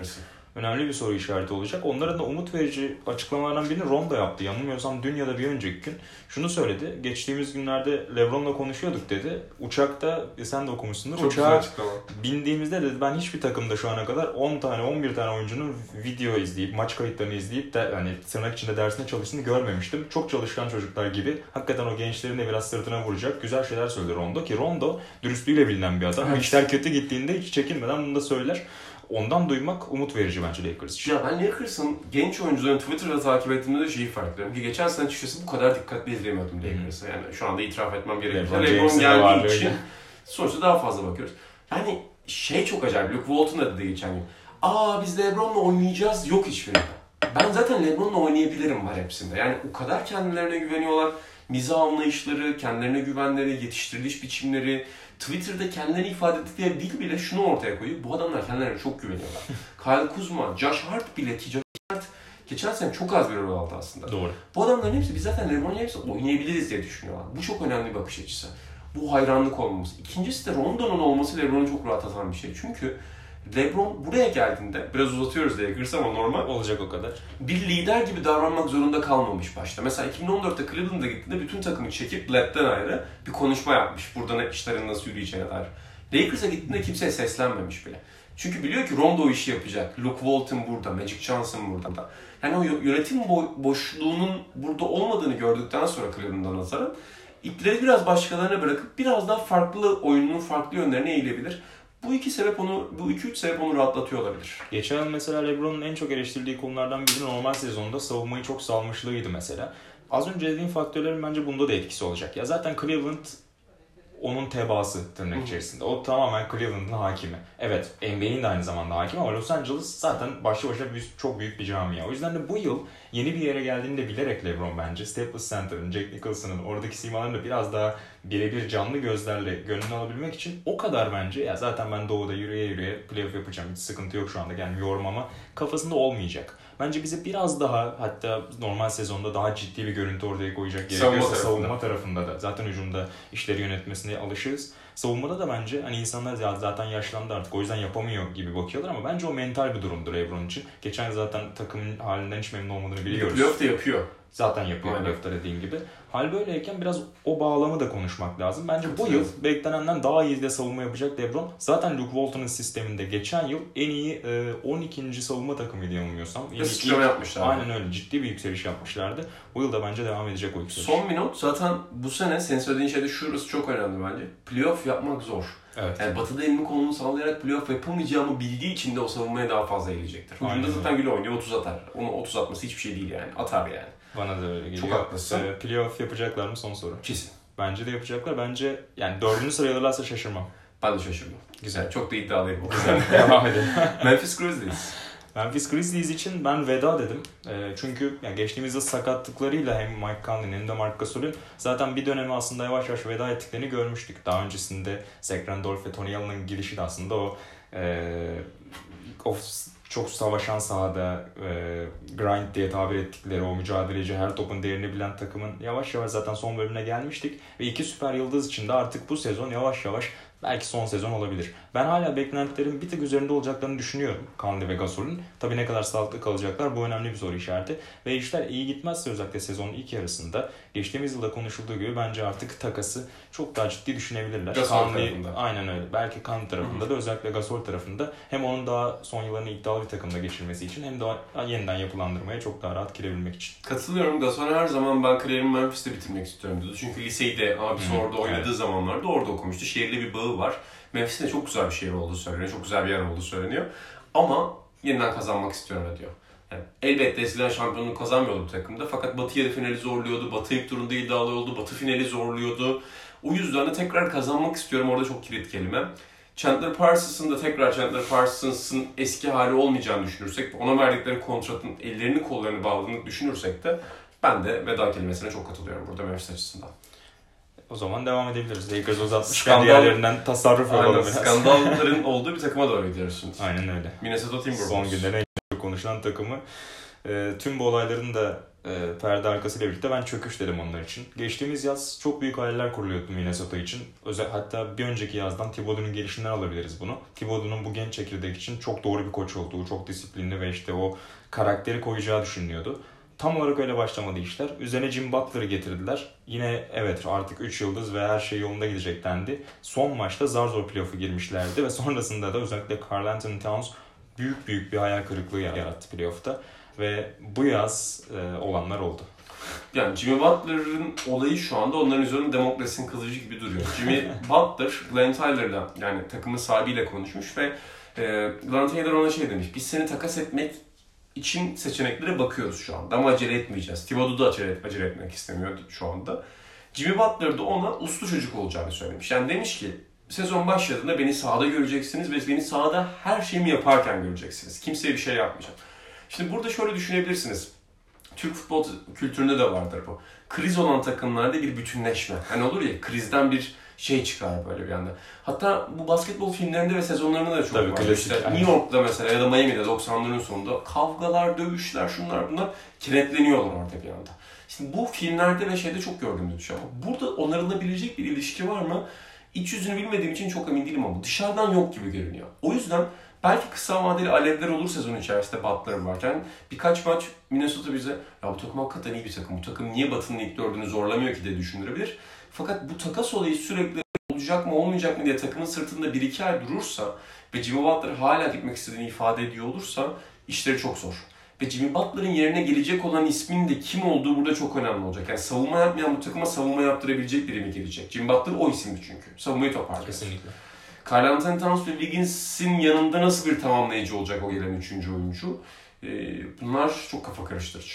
önemli bir soru işareti olacak. Onların da umut verici açıklamalardan birini Rondo yaptı. Yanılmıyorsam dün ya da bir önceki gün şunu söyledi. Geçtiğimiz günlerde LeBron'la konuşuyorduk dedi. Uçakta sen de okumuşsundur. Çok uçağa bindiğimizde dedi ben hiçbir takımda şu ana kadar 10 tane 11 tane oyuncunun video izleyip maç kayıtlarını izleyip de hani tırnak içinde dersine çalıştığını görmemiştim. Çok çalışkan çocuklar gibi. Hakikaten o gençlerin de biraz sırtına vuracak güzel şeyler söyledi Rondo ki Rondo dürüstlüğüyle bilinen bir adam. Evet. İşler kötü gittiğinde hiç çekinmeden bunu da söyler. Ondan duymak umut verici bence Lakers için. Ya ben Lakers'ın genç oyuncularını Twitter'da takip ettiğimde de şeyi fark ediyorum ki geçen sene açıkçası bu kadar dikkatli izleyemiyordum Lakers'ı. Yani şu anda itiraf etmem gerekiyor. LeBron geldiği için sonuçta daha fazla bakıyoruz. Yani şey çok acayip. Luke Walton da dedi geçen gün. Biz LeBron'la oynayacağız. Yok hiçbirinde. Ben zaten LeBron'la oynayabilirim var hepsinde. Yani o kadar kendilerine güveniyorlar. Mizah anlayışları, kendilerine güvenleri, yetiştiriliş biçimleri, Twitter'da kendilerini ifade ettikleri dil bile şunu ortaya koyuyor. Bu adamlar kendilerine çok güveniyorlar. Kyle Kuzma, Josh Hart bile ki Josh Hart geçen sene çok az bir rol aldı aslında. Doğru. Bu adamların hepsi biz zaten LeBron'la hepsi oynayabiliriz diye düşünüyorlar. Bu çok önemli bir bakış açısı. Bu hayranlık olmaması. İkincisi de Rondo'nun olması LeBron'u çok rahatlatan bir şey. Çünkü LeBron buraya geldiğinde, biraz uzatıyoruz Lakers ama normal. Olacak o kadar. Bir lider gibi davranmak zorunda kalmamış başta. Mesela 2014'te Cleveland'a gittiğinde bütün takımı çekip LED'den ayrı bir konuşma yapmış. Burada işlerin nasıl yürüyeceğine dair. Lakers'a gittiğinde kimseye seslenmemiş bile. Çünkü biliyor ki Rondo o işi yapacak. Luke Walton burada, Magic Johnson burada. Yani o yönetim boşluğunun burada olmadığını gördükten sonra Cleveland'dan nazaran ipleri biraz başkalarına bırakıp biraz daha farklı oyunun farklı yönlerine eğilebilir. Bu iki üç sebep onu rahatlatıyor olabilir. Geçen yıl mesela LeBron'un en çok eleştirdiği konulardan biri normal sezonda savunmayı çok salmışlığıydı mesela. Az önce dediğim faktörlerin bence bunda da etkisi olacak. Ya zaten Cleveland onun tebaası tırnak içerisinde. O tamamen Cleveland'ın hakimi. Evet, NBA'nin de aynı zamanda hakimi ama Los Angeles zaten başlı başına çok büyük bir camia. O yüzden de bu yıl yeni bir yere geldiğini de bilerek LeBron bence Staples Center'ın, Jack Nicholson'ın oradaki simalarını da biraz daha birebir canlı gözlerle gönlünü alabilmek için o kadar bence. Ya zaten ben doğuda yürüye playoff yapacağım. Hiç sıkıntı yok şu anda kendimi yormama. Kafasında olmayacak. Bence bize biraz daha hatta normal sezonda daha ciddi bir görüntü ortaya koyacak. Gerekiyorsa savunma tarafında da. Zaten hücumda işleri yönetmesine alışığız. Savunmada da bence hani insanlar zaten yaşlandı artık o yüzden yapamıyor gibi bakıyorlar ama bence o mental bir durumdur LeBron için. Geçen yıl zaten takımın halinden hiç memnun olmadığını biliyoruz. Playoff da yapıyor. Zaten yapıyor playoff'ta dediğin gibi. Hal böyleyken biraz o bağlamı da konuşmak lazım. Bence bu yıl beklenenden daha iyi de savunma yapacak LeBron. Zaten Luke Walton'ın sisteminde geçen yıl en iyi 12. savunma takımıydı yanılmıyorsam. Sıçrama yapmışlar. Aynen öyle. Ciddi bir yükseliş yapmışlardı. Bu yıl da bence devam edecek o yükseliş. Son bir not. Zaten bu sene senin söylediğin şeyde şurası çok önemli bence. Playoff yapmak zor. Evet. Yani Batı'da elini kolunu sallayarak playoff yapamayacağımı bildiği için de o savunmaya daha fazla eğilecektir. Hücumda zaten güle oynuyor 30 atar. Onu 30 atması hiçbir şey değil yani. Atar yani. Bana da öyle geliyor. Çok haklısın. Playoff yapacaklar mı son soru? Kesin. Bence de yapacaklar. Bence yani 4. sıraya alırlarsa şaşırmam. Ben de şaşırmam. Güzel. Yani çok da iddialıyım. Güzel. Devam edelim. Memphis Grizzlies. Memphis Grizzlies için ben veda dedim. Çünkü yani geçtiğimiz yıl sakatlıklarıyla hem Mike Conley'nin hem de Marc Gasol'ün zaten bir dönemi aslında yavaş yavaş veda ettiklerini görmüştük. Daha öncesinde Zach Randolph ve Tony Allen'ın gidişi de aslında o çok savaşan sahada grind diye tabir ettikleri o mücadeleci her topun değerini bilen takımın yavaş yavaş zaten son bölümüne gelmiştik. Ve iki süper yıldız için de artık bu sezon yavaş yavaş belki son sezon olabilir. Ben hala beklentilerin bir tık üzerinde olacaklarını düşünüyorum Conley ve Gasol'ün. Tabii ne kadar sağlıklı kalacaklar bu önemli bir soru işareti. Ve işler iyi gitmezse özellikle sezonun ilk yarısında geçtiğimiz yılda konuşulduğu gibi bence artık takası çok daha ciddi düşünebilebilirler. Gasol tarafında. Aynen öyle. Belki Conley tarafında da özellikle Gasol tarafında hem onun daha son yıllarını iddialı bir takımda geçirmesi için hem de yeniden yapılandırmaya çok daha rahat girebilmek için. Katılıyorum. Gasol her zaman ben kariyerimi Memphis'te bitirmek istiyorum diyordu. Çünkü liseyi de abisi orada oynadığı zamanlarda orada okumuştu. Şehirle bir bağı var. Memphis'in de çok güzel bir şehir olduğu söyleniyor. Çok güzel bir yer olduğu söyleniyor. Ama yeniden kazanmak istiyorum diyor. Yani elbette eskiden şampiyonluğu kazanmıyordu bu takımda. Fakat Batı yarı finali zorluyordu. Batı ilk turunda iddialı oldu. Batı finali zorluyordu. O yüzden de tekrar kazanmak istiyorum. Orada çok kilit kelime. Chandler Parsons'ın da tekrar Chandler Parsons'ın eski hali olmayacağını düşünürsek, ona verdikleri kontratın ellerini kollarını bağladığını düşünürsek de ben de veda kelimesine çok katılıyorum burada Memphis açısından. O zaman devam edebiliriz. Lakers uzatmışken diğerlerinden tasarruf yapalım biraz. Skandalların olduğu bir takıma doğru gidiyoruz şimdi. Aynen öyle. Minnesota Timberwolves. Son günlerin en çok konuşulan takımı. Tüm bu olayların da perde arkasıyla birlikte ben çöküş dedim onlar için. Geçtiğimiz yaz çok büyük hayaller kuruluyordu Minnesota için. Hatta bir önceki yazdan Thibodeau'nun gelişinden alabiliriz bunu. Thibodeau'nun bu genç çekirdek için çok doğru bir koç olduğu, çok disiplinli ve işte o karakteri koyacağı düşünülüyordu. Tam olarak öyle başlamadı işler. Üzerine Jim Butler'ı getirdiler. Yine evet artık 3 yıldız ve her şey yolunda gidecek dendi. Son maçta zar zor playoff'a girmişlerdi ve sonrasında da özellikle Karl Anthony Towns büyük bir hayal kırıklığı yarattı playoff'ta. Ve bu yaz olanlar oldu. Yani Jimmy Butler'ın olayı şu anda onların üzerinde Demokles'in kılıcı gibi duruyor. Jimmy Butler, Glenn Taylor'la yani takımın sahibiyle konuşmuş ve Glenn Taylor ona şey demiş. Biz seni takas etmek için seçeneklere bakıyoruz şu anda ama acele etmeyeceğiz. Thibodeau da acele etmek istemiyor şu anda. Jimmy Butler da ona uslu çocuk olacağını söylemiş. Yani demiş ki sezon başladığında beni sahada göreceksiniz ve beni sahada her şeyimi yaparken göreceksiniz. Kimseye bir şey yapmayacağım. Şimdi burada şöyle düşünebilirsiniz. Türk futbol kültüründe de vardır bu. Kriz olan takımlarda bir bütünleşme. Hani olur ya krizden bir şey çıkar böyle bir anda. Hatta bu basketbol filmlerinde ve sezonlarında da çok tabii, var. Klasik, işte New York'ta mesela ya da Miami'de 90'ların sonunda kavgalar, dövüşler, şunlar bunlar kenetleniyorlar orada bir anda. Şimdi bu filmlerde ve şeyde çok gördüğümüz bir şey ama burada onarılabilecek bir ilişki var mı? İç yüzünü bilmediğim için çok emin değilim ama dışarıdan yok gibi görünüyor. O yüzden belki kısa vadeli alevler olur sezon içerisinde Butler varken. Birkaç maç Minnesota bize ya bu takım hakikaten iyi bir takım. Bu takım niye Batı'nın ilk dördünü zorlamıyor ki diye düşündürebilir. Fakat bu takas olayı sürekli olacak mı olmayacak mı diye takımın sırtında 1-2 ay durursa ve Jimmy Butler hala gitmek istediğini ifade ediyor olursa işleri çok zor. Ve Jimmy Butler'ın yerine gelecek olan ismin de kim olduğu burada çok önemli olacak. Yani savunma yapmayan bu takıma savunma yaptırabilecek biri mi gelecek? Jimmy Butler o isimdi çünkü. Savunmayı toparlıyor. Kesinlikle. Karl Anthony Towns ve Wiggins'in yanında nasıl bir tamamlayıcı olacak o gelen 3. oyuncu? Bunlar çok kafa karıştırıcı.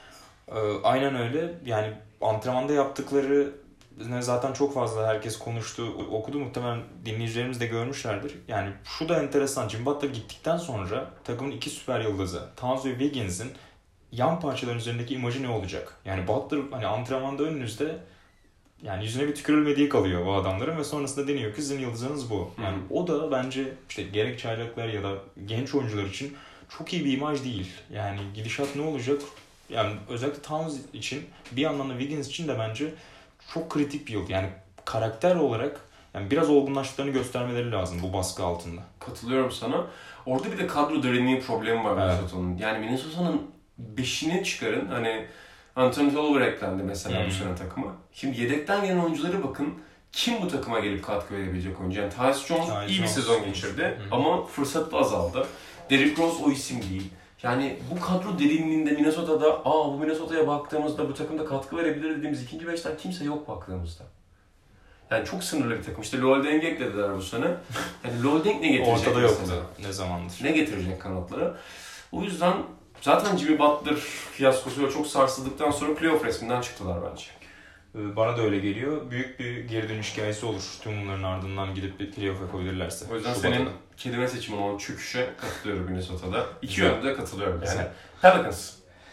Aynen öyle. Yani antrenmanda yaptıkları zaten çok fazla herkes konuştu, okudu. Muhtemelen dinleyicilerimiz de görmüşlerdir. Yani şu da enteresan. Jimmy Butler gittikten sonra takımın 2 süper yıldızı Towns ve Wiggins'in yan parçaların üzerindeki imajı ne olacak? Yani Butler hani antrenmanda önünüzde yani yüzüne bir tükürülmediği kalıyor bu adamların ve sonrasında deniyor ki sizin yıldızınız bu. Yani o da bence işte gerek çaylaklar ya da genç oyuncular için çok iyi bir imaj değil. Yani gidişat ne olacak? Yani özellikle Towns için bir yandan da Wiggins için de bence çok kritik bir yıl. Yani karakter olarak yani biraz olgunlaştıklarını göstermeleri lazım bu baskı altında. Katılıyorum sana. Orada bir de kadro derinliği problemi var Minnesota'nın. Yani Minnesota'nın 5'ini çıkarın. Hani Anthony Tolliver eklendi mesela bu sene takıma. Şimdi yedekten gelen oyunculara bakın. Kim bu takıma gelip katkı verebilecek oyuncu? Yani Tyus Jones iyi bir sezon geçirdi ama fırsatı azaldı. Derrick Rose o isim değil. Yani bu kadro derinliğinde Minnesota'da bu Minnesota'ya baktığımızda bu takımda katkı verebilir dediğimiz ikinci beşten kimse yok baktığımızda. Yani çok sınırlı bir takım. İşte Lol Deng'i eklediler bu sene. Yani Lol Deng ne getirecek? Ortada yoktu ne zamandır. Ne getirecek kanatlara? O yüzden zaten Jimmy Butler fiyaskosuyla çok sarsıldıktan sonra playoff resminden çıktılar bence. Bana da öyle geliyor. Büyük bir geri dönüş hikayesi olur. Tüm bunların ardından gidip bir playoff yapabilirlerse. O yüzden senin kelime seçimin olan çöküşe katılıyorum Minnesota'da. İki yönde katılıyorum yani. Pelicans.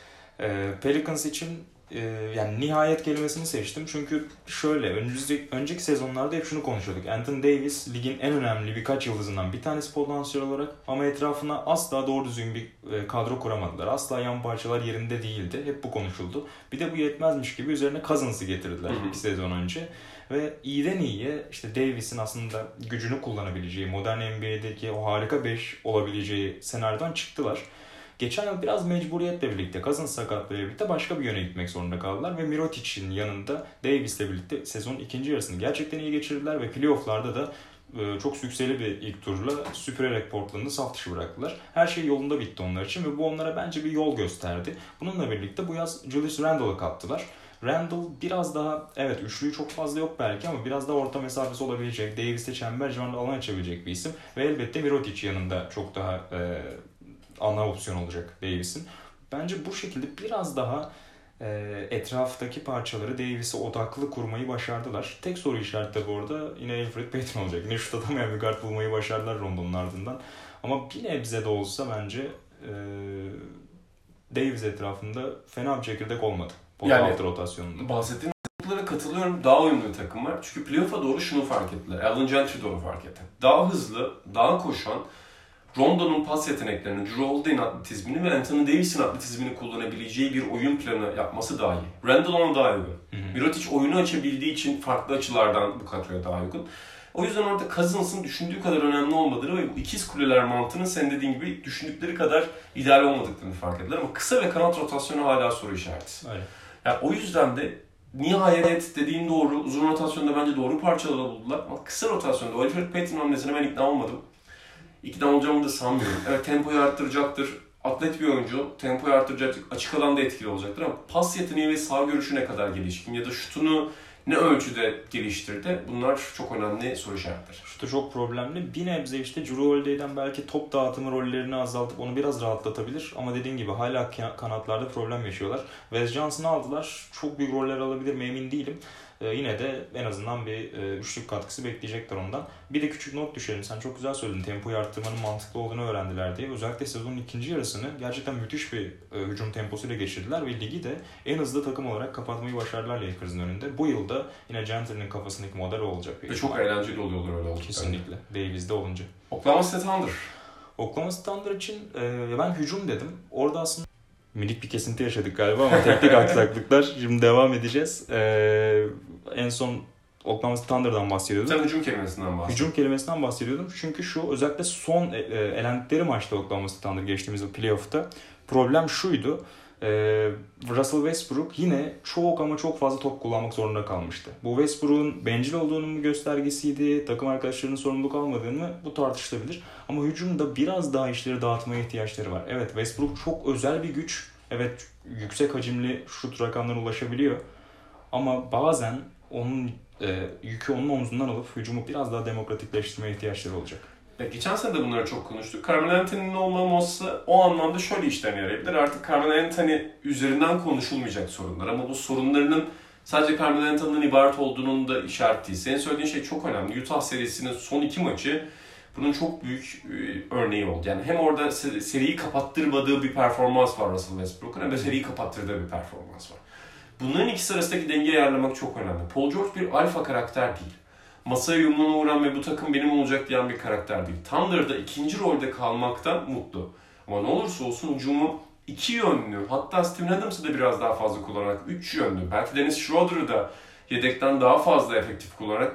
Pelicans için yani nihayet kelimesini seçtim. Çünkü şöyle önceki sezonlarda hep şunu konuşuyorduk. Anthony Davis ligin en önemli birkaç yıldızından bir tanesi potansiyel olarak ama etrafına asla doğru düzgün bir kadro kuramadılar. Asla yan parçalar yerinde değildi. Hep bu konuşuldu. Bir de bu yetmezmiş gibi üzerine Cousins'ı getirdiler 2 sezon önce. Ve iyiden iyiye işte Davis'in aslında gücünü kullanabileceği, modern NBA'deki o harika 5 olabileceği senaryodan çıktılar. Geçen yıl biraz mecburiyetle birlikte, Cousins sakatlığıyla birlikte başka bir yöne gitmek zorunda kaldılar ve Mirotic'in yanında Davis'le birlikte sezonun ikinci yarısını gerçekten iyi geçirdiler ve playoff'larda da çok sükseli bir ilk turla süpürerek Portland'ı saf dışı bıraktılar. Her şey yolunda bitti onlar için ve bu onlara bence bir yol gösterdi. Bununla birlikte bu yaz Julius Randle'ı kattılar. Randle biraz daha evet üçlüyü çok fazla yok belki ama biraz daha orta mesafesi olabilecek, Davis'e çember civarında alan açabilecek bir isim ve elbette Mirotic yanında çok daha ana opsiyon olacak Davis'in. Bence bu şekilde biraz daha etraftaki parçaları Davis'e odaklı kurmayı başardılar. Tek soru işareti de bu arada yine Elfrid Payton olacak. Yine şut atamayan bir guard bulmayı başardılar Rondo'nun ardından. Ama bir nebze de olsa bence Davis etrafında fena bir çekirdek olmadı. Yani rotasyonunda. Bahsettiğin noktalara katılıyorum. Daha uyumlu bir takım var. Çünkü playoff'a doğru şunu fark ettiler. Allen Gentry de onu fark etti. Daha hızlı, daha koşan, Rondo'nun pas yeteneklerini, Drew Holiday'in atletizmini ve Anthony Davis'in atletizmini kullanabileceği bir oyun planı yapması daha iyi. Randle ona daha uygun. Mirotic oyunu açabildiği için farklı açılardan bu kadroya daha uygun. O yüzden orada Cousins'ın düşündüğü kadar önemli olmadığını ve bu ikiz kuleler mantığının senin dediğin gibi düşündükleri kadar ideal olmadıklarını fark ettiler. Ama kısa ve kanat rotasyonu hala soru işareti. Öyle. Yani o yüzden de nihayet dediğin doğru, uzun rotasyonda bence doğru parçaları buldular. Ama kısa rotasyonda Elfrid Payton hamlesine ben ikna olmadım. İkna olacağımı da sanmıyorum. Evet, tempoyu arttıracaktır. Atlet bir oyuncu, tempoyu arttıracaktır. Açık alanda etkili olacaktır ama pas yeteneği ve sağ görüşü ne kadar gelişkin ya da şutunu ne ölçüde geliştirdi? Bunlar çok önemli soru işaretleri. Şutu çok problemli. Bir nebze işte Drew Holiday'den belki top dağıtımı rollerini azaltıp onu biraz rahatlatabilir. Ama dediğin gibi hala kanatlarda problem yaşıyorlar. Wes Johnson'ı aldılar. Çok büyük roller alabilir mi emin değilim. Yine de en azından bir üçlük katkısı bekleyecekler ondan. Bir de küçük not düşelim. Sen çok güzel söyledin. Tempoyu arttırmanın mantıklı olduğunu öğrendiler diye. Özellikle sezonun ikinci yarısını gerçekten müthiş bir hücum temposuyla geçirdiler ve ligi de en hızlı takım olarak kapatmayı başardılar Lakers'ın önünde. Bu yılda yine Gentry'nin kafasındaki model olacak. Ve çok eğlenceli oluyorlar öyle olacak. Kesinlikle. Davis'de olunca. Oklahoma City Thunder. Oklahoma City Thunder için ben hücum dedim. Orada aslında minik bir kesinti yaşadık galiba ama teknik aksaklıklar. Şimdi devam edeceğiz. En son Oklahoma City Thunder'dan bahsediyordum. Sen hücum kelimesinden bahsediyordun. Hücum kelimesinden bahsediyordum. Çünkü şu özellikle son elendikleri maçta Oklahoma City Thunder geçtiğimiz yıl playoff'ta problem şuydu. Russell Westbrook yine çok ama çok fazla top kullanmak zorunda kalmıştı. Bu Westbrook'un bencil olduğunun mu göstergesiydi, takım arkadaşlarının sorumluluk almadığını mı, bu tartışılabilir. Ama hücumda biraz daha işleri dağıtmaya ihtiyaçları var. Evet, Westbrook çok özel bir güç. Evet, yüksek hacimli şut rakamlarına ulaşabiliyor. Ama bazen onun yükü onun omzundan alıp hücumu biraz daha demokratikleştirmeye ihtiyaçları olacak. Geçen sene de bunları çok konuştuk. Carmelo Anthony'nin olmaması o anlamda şöyle işlerine yarayabilir. Artık Carmelo Anthony üzerinden konuşulmayacak sorunlar ama bu sorunlarının sadece Carmelo Anthony'den ibaret olduğunun da işaret değil. Senin söylediğin şey çok önemli. Utah serisinin son 2 maçı bunun çok büyük örneği oldu. Yani hem orada seriyi kapattırmadığı bir performans var Russell Westbrook'un hem de seriyi kapattırdığı bir performans var. Bunların ikisi arasındaki dengeyi ayarlamak çok önemli. Paul George bir alfa karakter değil. Masaya yumruğuna vuran ve bu takım benim olacak diyen bir karakter değil. Thunder'da ikinci rolde kalmaktan mutlu. Ama ne olursa olsun hücumu iki yönlü, hatta Steven Adams'ı da biraz daha fazla kullanarak 3 yönlü, belki Dennis Schroeder'ı da yedekten daha fazla efektif kullanarak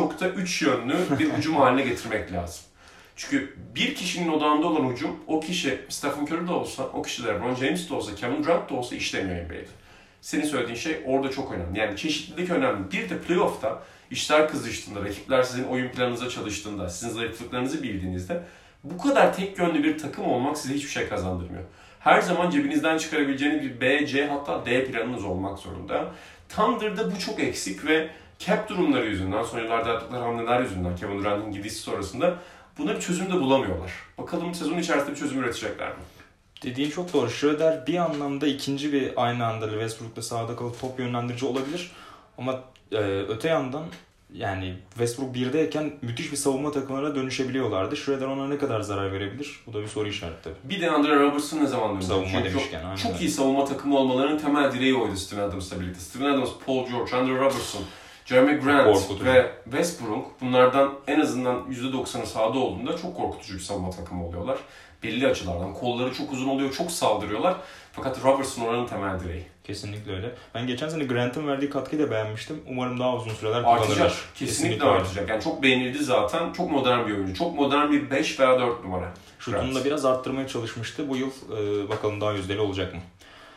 3.3 yönlü bir hücum haline getirmek lazım. Çünkü bir kişinin odağında olan hücum, o kişi Stephen Curry de olsa, o kişi LeBron James de olsa, Kevin Durant de olsa işlemiyor NBA'de. Senin söylediğin şey orada çok önemli. Yani çeşitlilik önemli. Bir de playoff'ta işler kızıştığında, rakipler sizin oyun planınıza çalıştığında, sizin zayıflıklarınızı bildiğinizde bu kadar tek yönlü bir takım olmak size hiçbir şey kazandırmıyor. Her zaman cebinizden çıkarabileceğiniz bir B, C hatta D planınız olmak zorunda. Thunder'da bu çok eksik ve cap durumları yüzünden, son yıllarda yaptıkları hamleler yüzünden, Kevin Durant'ın gidişi sonrasında buna bir çözüm de bulamıyorlar. Bakalım sezon içerisinde bir çözüm üretecekler mi? Dediğin çok doğru. Schroeder bir anlamda ikinci bir aynı anda Westbrook'ta sahada kalıp top yönlendirici olabilir. Ama öte yandan yani Westbrook 1'deyken müthiş bir savunma takımlarına dönüşebiliyorlardı. Schroeder ona ne kadar zarar verebilir? Bu da bir soru işareti. Bir de Andre Robertson ne zaman dönecek? Savunma demişken. Çok iyi savunma takımı olmalarının temel direği oydu Steven Adams'la birlikte. Steven Adams, Paul George, Andre Robertson, Jeremy Grant ve Westbrook bunlardan en azından %90'ı sahada olduğunda çok korkutucu bir savunma takımı oluyorlar. Belli açılardan. Kolları çok uzun oluyor, çok saldırıyorlar. Fakat Robertson oranın temel direği. Kesinlikle öyle. Ben geçen sene Grant'ın verdiği katkıyı da beğenmiştim. Umarım daha uzun süreler kullanırlar. Artacak. Kesinlikle artacak. Yani çok beğenildi zaten. Çok modern bir oyunci. Çok modern bir 5 veya 4 numara. Şutunu da biraz arttırmaya çalışmıştı. Bu yıl bakalım daha yüzdeli olacak mı?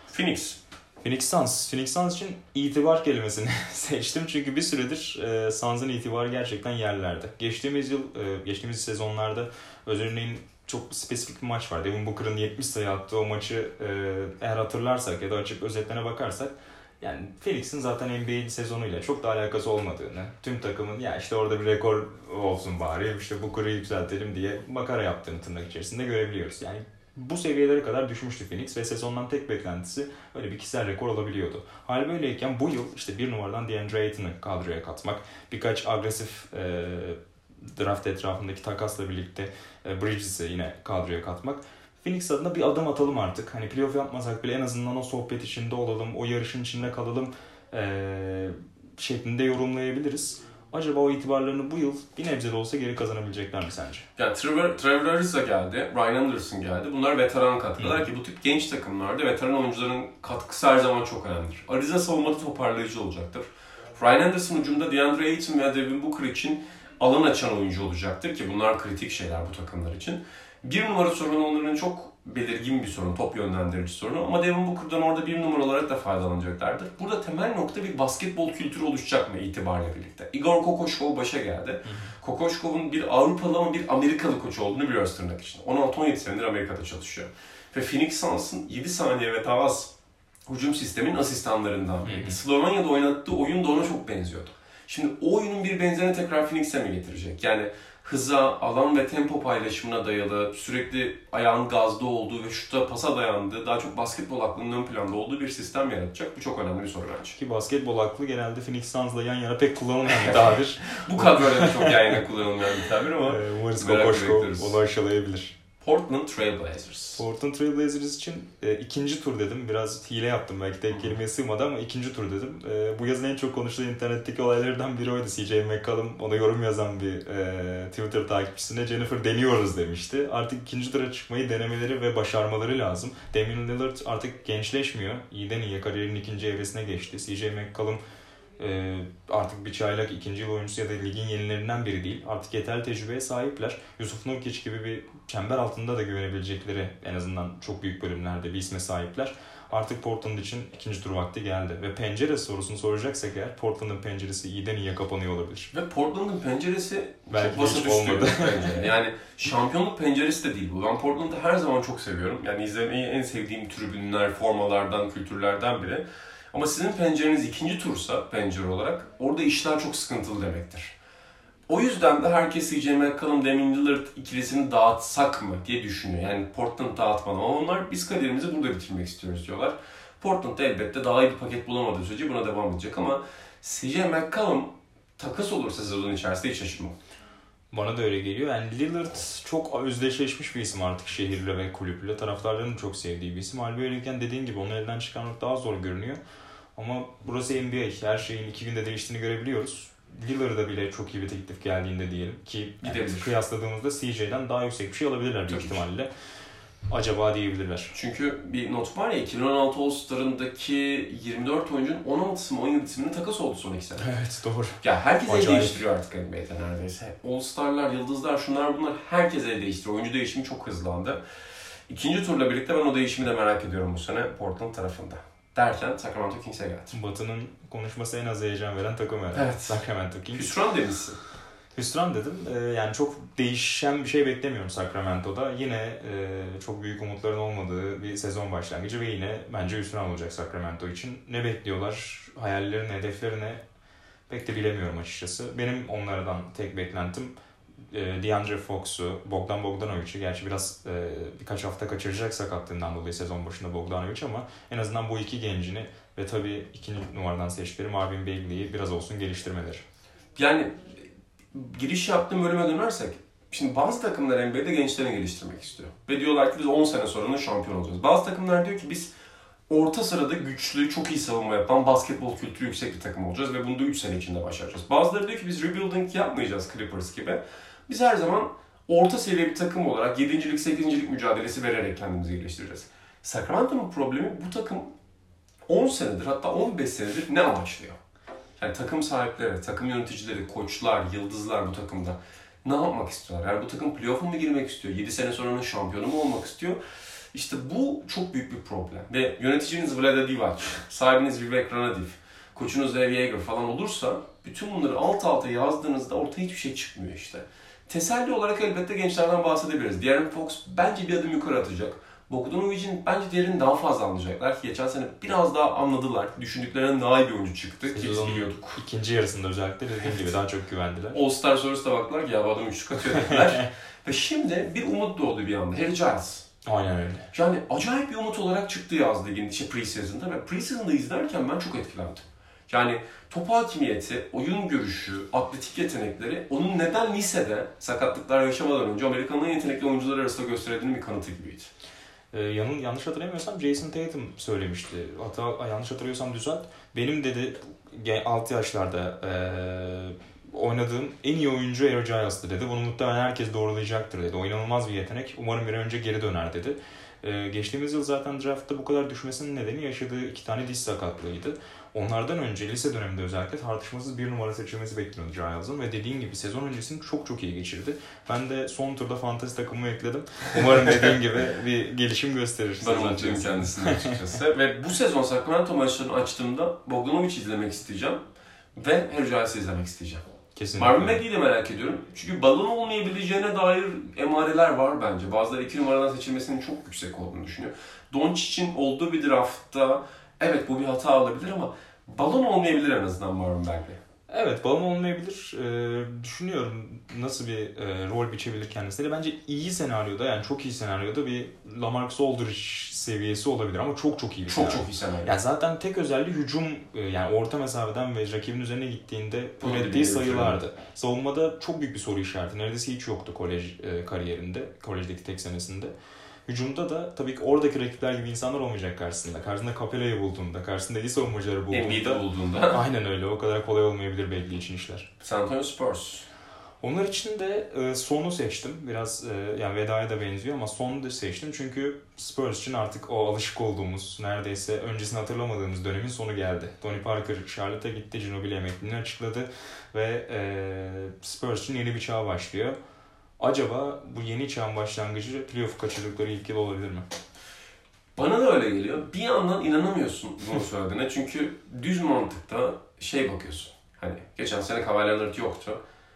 Phoenix Suns için itibar kelimesini seçtim çünkü bir süredir Suns'ın itibarı gerçekten yerlerde. Geçtiğimiz sezonlarda Özer'in çok spesifik bir maç var. Devin Booker'ın 70 sayı attığı o maçı eğer hatırlarsak ya da açıp özetlerine bakarsak yani Phoenix'in zaten NBA sezonuyla çok da alakası olmadığını, tüm takımın ya işte orada bir rekor olsun bari, işte Booker'ı yükseltelim diye makara yaptığını tırnak içerisinde görebiliyoruz. Yani bu seviyelere kadar düşmüştü Phoenix ve sezondan tek beklentisi öyle bir kişisel rekor olabiliyordu. Hal böyleyken bu yıl işte bir numaradan DeAndre Ayton'ı kadroya katmak, birkaç agresif draft etrafındaki takasla birlikte Bridges'i yine kadroya katmak. Phoenix adına bir adım atalım artık. Hani playoff yapmasak bile en azından o sohbet içinde olalım, o yarışın içinde kalalım şeklinde yorumlayabiliriz. acaba o itibarlarını bu yıl bir nebze de olsa geri kazanabilecekler mi sence? Yani Trevor Ariza geldi, Ryan Anderson geldi. Bunlar veteran katkılar ki bu tip genç takımlarda veteran oyuncuların katkısı her zaman çok önemlidir. Ariza savunmada toparlayıcı olacaktır. Ryan Anderson hücumda DeAndre Ayton veya Devin Booker için alan açan oyuncu olacaktır ki bunlar kritik şeyler bu takımlar için. Bir numara sorunu onların çok belirgin bir sorun, top yönlendirici sorunu ama Devin Booker'dan orada bir numara olarak da faydalanacaklardır. Burada temel nokta bir basketbol kültürü oluşacak mı itibarla birlikte? Igor Kokoškov başa geldi. Kokoškov'un bir Avrupalı ama bir Amerikalı koç olduğunu biliyoruz tırnak içinde. 16-17 senedir Amerika'da çalışıyor. Ve Phoenix Suns'ın 7 saniye ve daha az hücum sistemin asistanlarından biriydi. Slovanya'da oynattığı oyun da ona çok benziyordu. Şimdi o oyunun bir benzerini tekrar Phoenix'e mi getirecek? Yani hıza, alan ve tempo paylaşımına dayalı, sürekli ayağın gazda olduğu ve şuta pasa dayandığı, daha çok basketbol aklının ön planda olduğu bir sistem yaratacak. Bu çok önemli bir soru bence. Ki basketbol aklı genelde Phoenix Suns'la yan yana pek kullanılmayan bir tabir. Bu kadroyla da çok yan yana kullanılmayan bir tabir ama umarız Kokoškov onu aşılayabilir. Portland Trail Blazers. Portland Trail Blazers için ikinci tur dedim. Biraz hile yaptım belki tek kelimeye sığmadı ama ikinci tur dedim. Bu yazın en çok konuşulan internetteki olaylardan biri oydu. CJ McCollum ona yorum yazan bir Twitter takipçisine Jennifer deniyoruz demişti. Artık ikinci tura çıkmayı denemeleri ve başarmaları lazım. Damian Lillard artık gençleşmiyor. İyiden iyiye kariyerinin ikinci evresine geçti. CJ McCollum artık bir çaylak ikinci yıl oyuncusu ya da ligin yenilerinden biri değil. Artık yeterli tecrübeye sahipler. Yusuf Nurkic gibi bir çember altında da güvenebilecekleri en azından çok büyük bölümlerde bir isme sahipler. Artık Portland için ikinci tur vakti geldi. Ve pencere sorusunu soracaksak eğer Portland'ın penceresi iyiden iyiye kapanıyor olabilir. Ve Portland'ın penceresi belki çok basit olmadı. Yani şampiyonluk penceresi de değil bu. Ben Portland'ı her zaman çok seviyorum. Yani izlemeyi en sevdiğim tribünler, formalardan, kültürlerden biri. Ama sizin pencereniz ikinci tursa pencere olarak orada işler çok sıkıntılı demektir. O yüzden de herkes CJ McCollum, Damian Lillard ikilisini dağıtsak mı diye düşünüyor. Yani Portland dağıtmalı ama onlar biz kaderimizi burada bitirmek istiyoruz diyorlar. Portland elbette daha iyi bir paket bulamadığı sürece buna devam edecek ama CJ McCollum takas olursa sezon içerisinde hiç şaşırmam. Bana da öyle geliyor. Yani Lillard çok özdeşleşmiş bir isim artık şehirle ve kulüple. Taraftarların çok sevdiği bir isim. Hal böyleyken dediğin gibi onu elden çıkarmak daha zor görünüyor. Ama burası NBA. Her şeyin 2 günde değiştiğini görebiliyoruz. Lillard'a bile çok iyi bir teklif geldiğinde diyelim ki yani kıyasladığımızda CJ'den daha yüksek bir şey alabilirler büyük ihtimalle. Acaba diyebilirler. Çünkü bir not var ya 2016 All-Star'ındaki 24 oyuncunun 16'sı mı 17'sinin takas oldu son 2 sene. Evet doğru. Ya herkes el değiştiriyor artık NBA'de neredeyse. All-Star'lar, yıldızlar, şunlar bunlar herkes el değiştiriyor. Oyuncu değişimi çok hızlandı. İkinci turla birlikte ben o değişimi de merak ediyorum bu sene Portland tarafında. Derken Sacramento Kings'e geldi. Batı'nın konuşması en az heyecan veren takım herhalde. Evet. Sacramento Kings. Hüsran demişsin. Hüsran dedim. Yani çok değişen bir şey beklemiyorum Sacramento'da. Yine çok büyük umutların olmadığı bir sezon başlangıcı ve yine bence hüsran olacak Sacramento için. Ne bekliyorlar? Hayallerini, hedeflerini pek de bilemiyorum açıkçası. Benim onlardan tek beklentim DeAndre Fox'u, Bogdan Bogdanovic'i, gerçi biraz birkaç hafta kaçıracak sakatlığından dolayı sezon başında Bogdanovic ama en azından bu iki gencini ve tabii ikinci numaradan seçtikleri Marvin Bagley'i biraz olsun geliştirmeleri. Yani giriş yaptığım bölüme dönersek, şimdi bazı takımlar NBA'de gençlerini geliştirmek istiyor. Ve diyorlar ki biz 10 sene sonra şampiyon olacağız. Bazı takımlar diyor ki biz orta sırada güçlü, çok iyi savunma yapan, basketbol kültürü yüksek bir takım olacağız ve bunu da 3 sene içinde başaracağız. Bazıları diyor ki biz rebuilding yapmayacağız Clippers gibi. Biz her zaman orta seviye bir takım olarak 7. lig, 8. lig mücadelesi vererek kendimizi geliştireceğiz. Sacramento'nun problemi bu takım 10 senedir hatta 15 senedir ne amaçlıyor? Yani takım sahipleri, takım yöneticileri, koçlar, yıldızlar bu takımda ne yapmak istiyorlar? Yani bu takım playoff'a mı girmek istiyor? 7 sene sonranın şampiyonu mu olmak istiyor? İşte bu çok büyük bir problem. Ve yöneticiniz Vlada Divac, sahibiniz Vivek Ranadiv, koçunuz Ev Yeager falan olursa bütün bunları alt alta yazdığınızda ortaya hiçbir şey çıkmıyor işte. Teselli olarak elbette gençlerden bahsedebiliriz. De'Aaron Fox bence bir adım yukarı atacak. Bogdanovic'in bence değerini daha fazla anlayacaklar ki geçen sene biraz daha anladılar. Düşündüklerinden daha iyi bir oyuncu çıktı ki biz biliyorduk. İkinci yarısında özellikle dediğim gibi daha çok güvendiler. All-Star sonrası da baktılar ki ya bu adam üçlük atıyor dediler. Ve şimdi bir umut doğdu bir anda. Harry Giles. Aynen öyle. Yani acayip bir umut olarak çıktı yaz ligin pre-season'da ve pre-season'da izlerken ben çok etkilendim. Yani top hakimiyeti, oyun görüşü, atletik yetenekleri onun neden lisede sakatlıklar yaşamadan önce Amerika'nın en yetenekli oyuncular arasında gösterdiğinin bir kanıtı gibiydi. Yanlış hatırlamıyorsam Jason Tatum söylemişti. Hatta yanlış hatırlıyorsam düzelt. Benim dedi 6 yaşlarda oynadığım en iyi oyuncu Aaron Giles'tı dedi. Bunu muhtemelen herkes doğrulayacaktır dedi. O inanılmaz bir yetenek. Umarım bir an önce geri döner dedi. Geçtiğimiz yıl zaten draftta bu kadar düşmesinin nedeni yaşadığı 2 tane diz sakatlığıydı. Onlardan önce lise döneminde özellikle tartışmasız 1 numara seçilmesi bekleniyordu Giles'ın ve dediğin gibi sezon öncesini çok iyi geçirdi. Ben de son turda fantasy takımımı ekledim. Umarım dediğin gibi bir gelişim gösterir. Ben umutluyum kendisini açıkçası. Ve bu sezon Sacramento maçlarını açtığımda Bogdanovic'i izlemek isteyeceğim ve Harry Giles'i izlemek isteyeceğim. Kesinlikle. Marvin Bagley'i de merak ediyorum. Çünkü balon olmayabileceğine dair emareler var bence. Bazıları 2 numaradan seçilmesinin çok yüksek olduğunu düşünüyor. Doncic'in olduğu bir draftta evet bu bir hata olabilir ama balon olmayabilir en azından Marvin Bagley. Evet, balon olmayabilir. Düşünüyorum nasıl bir rol biçebilir kendisine. Bence iyi senaryoda, yani çok iyi senaryoda bir LaMarcus Aldridge seviyesi olabilir ama çok iyi bir senaryo. Çok iyi senaryo. Yani zaten tek özelliği hücum, yani orta mesafeden ve rakibin üzerine gittiğinde ürettiği sayılardı. Savunmada çok büyük bir soru işareti. Neredeyse hiç yoktu kolej kariyerinde, kolejdeki tek senesinde. Hücumda da tabii ki oradaki rakipler gibi insanlar olmayacak karşısında. Karşısında Capella'yı bulduğunda, karşısında iyi savunmacıları bulduğunda. Aynen öyle. O kadar kolay olmayabilir belli için işler. San Antonio Spurs. Onlar için de Son'u seçtim. Biraz yani vedaya da benziyor ama Son'u da seçtim. Çünkü Spurs için artık o alışık olduğumuz, neredeyse öncesini hatırlamadığımız dönemin sonu geldi. Tony Parker Charlotte'a gitti, Ginobili emekliliğini açıkladı ve Spurs için yeni bir çağ başlıyor. Acaba bu yeni çağın başlangıcı playoff kaçırdıkları ilk yıl olabilir mi? Bana da öyle geliyor. Bir yandan inanamıyorsun bunu söylediğine. Çünkü düz mantıkta bakıyorsun. Hani geçen sene Kawhi Leonard yoktu.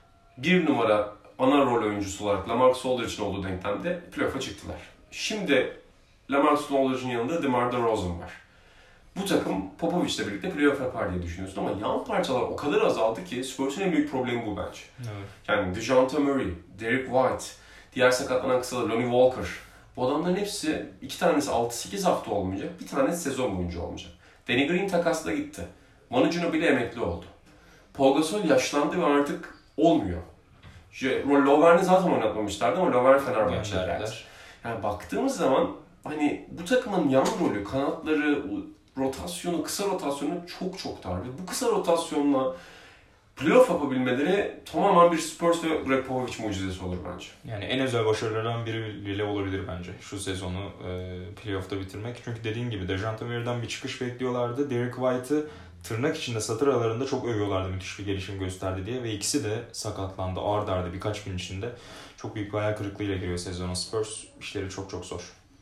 1 numara ana rol oyuncusu olarak LaMarcus Aldridge'in olduğu denklemde playoff'a çıktılar. Şimdi LaMarcus Aldridge'in yanında DeMar DeRozan var. Bu takım Popovic'le birlikte playoff yapar diye düşünüyorsun ama yan parçalar o kadar azaldı ki Spurs'un en büyük problemi bu bence. Evet. Yani DeJounte Murray, Derek White, diğer sakatlanan kısalar Lonnie Walker. Bu adamların hepsi, 2 tanesi 6-8 hafta olmayacak, bir tanesi sezon boyunca olmayacak. Danny Green takasla gitti. Manu Ginobili emekli oldu. Paul Gasol yaşlandı ve artık olmuyor. Lovern'i zaten oynatmamışlardı ama Lovern Fenerbahçe'ye geldi. Yani baktığımız zaman hani bu takımın yan rolü, kanatları, rotasyonu, kısa rotasyonu çok dar. Ve bu kısa rotasyonla playoff yapabilmeleri tamamen bir Spurs ve Greg Popovich mucizesi olur bence. Yani en özel başarılardan biri bile olabilir bence şu sezonu playoff'ta bitirmek. Çünkü dediğin gibi Dejounte Murray'den bir çıkış bekliyorlardı. Derek White'ı tırnak içinde satır aralarında çok övüyorlardı, müthiş bir gelişim gösterdi diye ve ikisi de sakatlandı ard arda birkaç gün içinde. Çok büyük bir hayal kırıklığıyla giriyor sezona Spurs. İşleri çok zor.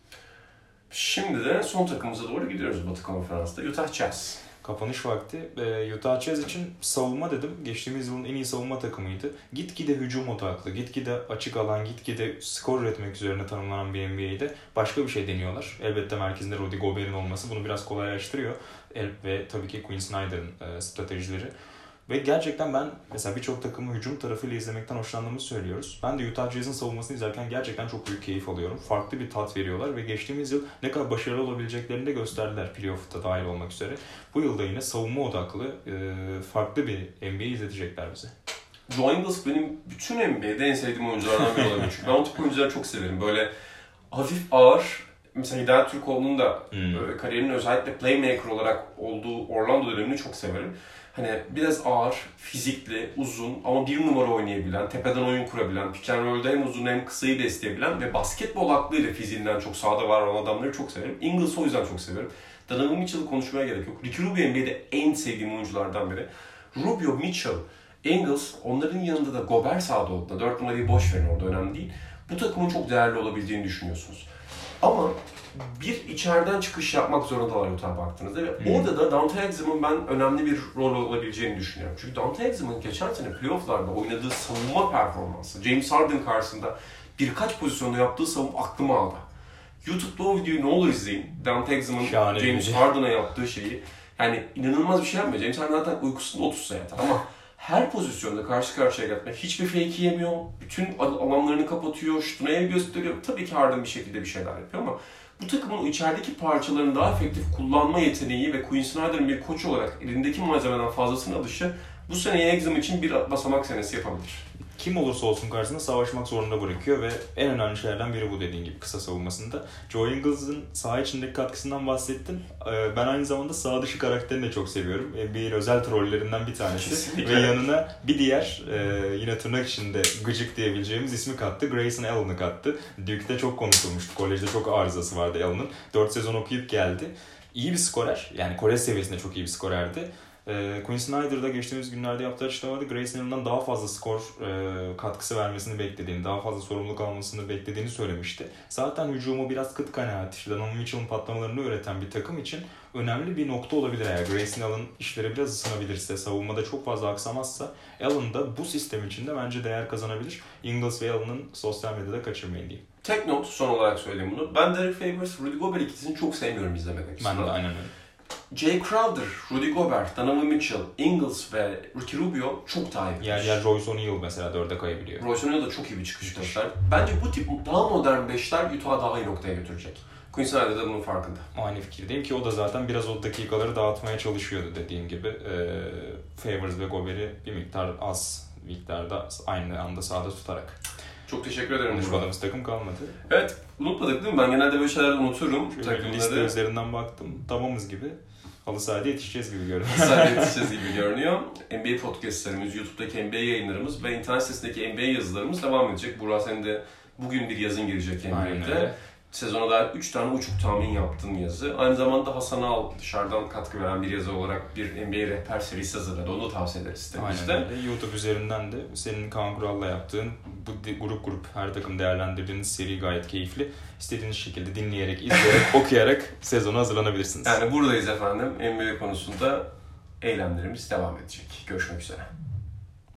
Şimdi de son takımımıza doğru gidiyoruz Batı Konferans'ta. Utah Jazz. Kapanış vakti. Utah Jazz için savunma dedim. Geçtiğimiz yılın en iyi savunma takımıydı. Gitgide hücum odaklı, gitgide açık alan, gitgide skor üretmek üzerine tanımlanan bir NBA'de başka bir şey deniyorlar. Elbette merkezinde Rudy Gobert'in olması bunu biraz kolaylaştırıyor. Ve tabii ki Quinn Snyder'ın stratejileri. Ve gerçekten ben mesela birçok takımı hücum tarafıyla izlemekten hoşlandığımızı söylüyoruz. Ben de Utah Jazz'ın savunmasını izlerken gerçekten çok büyük keyif alıyorum. Farklı bir tat veriyorlar ve geçtiğimiz yıl ne kadar başarılı olabileceklerini de gösterdiler playoff'ta dahil olmak üzere. Bu yılda yine savunma odaklı farklı bir NBA izletecekler bize. Joe Ingles benim bütün NBA'de en sevdiğim oyunculardan biri olabilir. Çünkü ben o tip oyuncuları çok severim. Böyle hafif ağır, mesela Hidayet Türkoğlu'nun da kariyerinin özellikle playmaker olarak olduğu Orlando dönemini çok severim. Hani biraz ağır, fizikli, uzun ama 1 numara oynayabilen, tepeden oyun kurabilen, pick and roll'da hem uzun hem kısayı besleyebilen ve basketbol aklıyla fiziğinden çok sahada var olan adamları çok severim. Ingles'ı o yüzden çok severim. Donovan Mitchell'ı konuşmaya gerek yok. Ricky Rubio NBA'de en sevdiğim oyunculardan biri. Rubio, Mitchell, Ingles, onların yanında da Gobert sahada olduğunda, 4 numarayı boş verin orada önemli değil. Bu takımın çok değerli olabileceğini düşünüyorsunuz. Ama bir içeriden çıkış yapmak zorundalar Utah'a baktığınızda ve orada da Dante Exum'un ben önemli bir rol olabileceğini düşünüyorum. Çünkü Dante Exum'un geçen sene playoff'larda oynadığı savunma performansı, James Harden karşısında birkaç pozisyonda yaptığı savunma aklıma aldı. YouTube'da o videoyu ne olur izleyin. Dante Exum'un James Harden'a yaptığı şeyi. Yani inanılmaz bir şey yapmıyor. James Harden zaten uykusunda 30 saat ama her pozisyonda karşı karşıya gelmek, hiçbir fake yemiyor, bütün alanlarını kapatıyor, şutuna el gösteriyor. Tabii ki Harden bir şekilde bir şeyler yapıyor ama bu takımın içerideki parçalarını daha efektif kullanma yeteneği ve Quinn Snyder'ın bir koç olarak elindeki malzemeden fazlasını alışı bu seneye Exum için bir basamak senesi yapabilir. kim olursa olsun karşısında savaşmak zorunda bırakıyor ve en önemli şeylerden biri bu dediğin gibi kısa savunmasında. Joe Ingles'ın saha içindeki katkısından bahsettin. Ben aynı zamanda saha dışı karakterini de çok seviyorum. NBA'in özel trollerinden bir tanesi. Kesinlikle. Ve yanına bir diğer yine tırnak içinde gıcık diyebileceğimiz ismi kattı. Grayson Allen'ı kattı. Duke'de çok konuşulmuştu. Kolejde çok arızası vardı Allen'ın. 4 sezon okuyup geldi. İyi bir skorer. Yani kolej seviyesinde çok iyi bir skorerdi. Quinn Snyder'da geçtiğimiz günlerde yaptığı açıklamada Grayson Allen'dan daha fazla skor katkısı vermesini beklediğini, daha fazla sorumluluk almasını beklediğini söylemişti. Zaten hücumu biraz kıt kanaat, Donovan Mitchell'ın patlamalarını üreten bir takım için önemli bir nokta olabilir eğer Grayson Allen işlere biraz ısınabilirse, savunmada çok fazla aksamazsa Allen da bu sistem içinde bence değer kazanabilir. Ingles ve Allen'ın sosyal medyada kaçırmayın diyeyim. Tek not son olarak söyleyeyim bunu. Ben Derek Favors, Rudy Gobert ikilisini çok sevmiyorum izlemek açısından. Ben de aynen öyle. Jay Crowder, Rudy Gobert, Donovan Mitchell, Ingles ve Ricky Rubio çok daha iyi. Yer Royce O'Neal mesela 4'e kayabiliyor. Royce O'Neal da çok iyi bir çıkış göster. Bence bu tip daha modern beşler Utah'ı daha iyi noktaya götürecek. Quinn Snyder da bunun farkında. Aynı fikirdeyim ki o da zaten biraz o dakikaları dağıtmaya çalışıyordu dediğim gibi. Favors ve Gobert'i bir miktar az miktarda aynı anda sahada tutarak. Çok teşekkür ederim. Konuşmadığımız takım kalmadı. Evet, unutmadık değil mi? Ben genelde böyle şeyleri unuturum. Liste üzerinden baktım. Tamamız gibi. Halı sahada yetişeceğiz gibi görünüyor. Halı sahada yetişeceğiz gibi görünüyor. NBA podcastlarımız, YouTube'daki NBA yayınlarımız ve internet sitesindeki NBA yazılarımız devam edecek. Burak senin de bugün bir yazın girecek NBA'de. Sezona dair 3 tane uçuk tahmin yaptığın yazı. Aynı zamanda Hasan Al dışarıdan katkı veren bir yazı olarak bir NBA rehber serisi hazırladı. Onu da tavsiye ederiz sitemizde. Aynen öyle. YouTube üzerinden de senin Kaan Kural'la yaptığın bu grup her takım değerlendirdiğiniz seri gayet keyifli. İstediğiniz şekilde dinleyerek, izleyerek, okuyarak sezona hazırlanabilirsiniz. Yani buradayız efendim. NBA konusunda eylemlerimiz devam edecek. Görüşmek üzere.